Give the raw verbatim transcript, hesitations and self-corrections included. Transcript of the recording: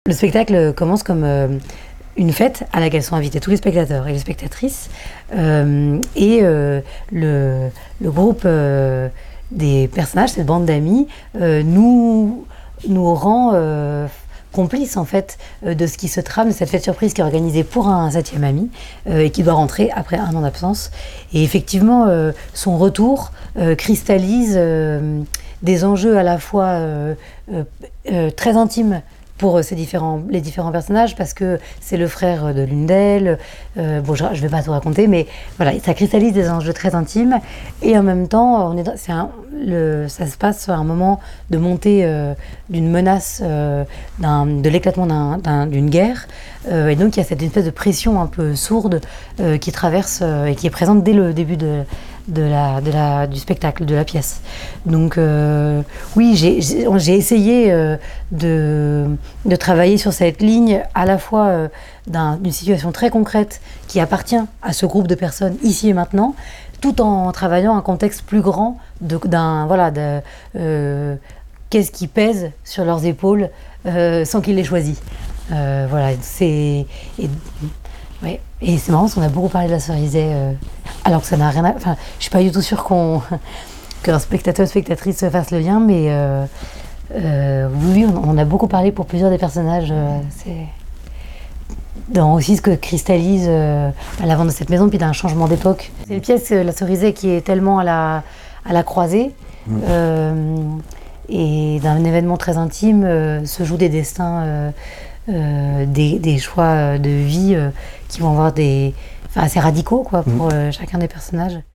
Le spectacle commence comme euh, une fête à laquelle sont invités tous les spectateurs et les spectatrices. Euh, et euh, le, le groupe euh, des personnages, cette bande d'amis, euh, nous, nous rend euh, complices en fait de ce qui se trame, de cette fête surprise qui est organisée pour un septième ami euh, et qui doit rentrer après un an d'absence. Et effectivement, euh, son retour euh, cristallise euh, des enjeux à la fois euh, euh, euh, très intimes pour ces différents, les différents personnages, parce que c'est le frère de l'une d'elles. Euh, bon, je ne vais pas tout raconter, mais voilà, ça cristallise des enjeux très intimes. Et en même temps, on est dans, c'est un, le, ça se passe à un moment de montée euh, d'une menace, euh, d'un, de l'éclatement d'un, d'un, d'une guerre. Euh, et donc, il y a cette espèce de pression un peu sourde euh, qui traverse euh, et qui est présente dès le début de De la, de la, du spectacle, de la pièce. Donc euh, oui, j'ai, j'ai essayé euh, de, de travailler sur cette ligne à la fois euh, d'un, d'une situation très concrète qui appartient à ce groupe de personnes ici et maintenant, tout en travaillant un contexte plus grand de, d'un, voilà, de, euh, qu'est-ce qui pèse sur leurs épaules euh, sans qu'ils l'aient choisi. Euh, voilà, c'est... Et, ouais. Et c'est marrant parce qu'on a beaucoup parlé de la Cerizay, euh, alors que ça n'a rien à... Enfin, je suis pas du tout sûre qu'on, qu'un spectateur ou spectatrice se fasse le lien, mais euh, euh, oui, on, on a beaucoup parlé pour plusieurs des personnages. Euh, c'est dans aussi ce que cristallise euh, à l'avant de cette maison, puis d'un changement d'époque. C'est une pièce, la Cerizay, qui est tellement à la, à la croisée, mmh. euh, et d'un événement très intime euh, se jouent des destins... Euh, Euh, des, des choix de vie euh, qui vont avoir des, enfin, assez radicaux quoi, pour euh, chacun des personnages.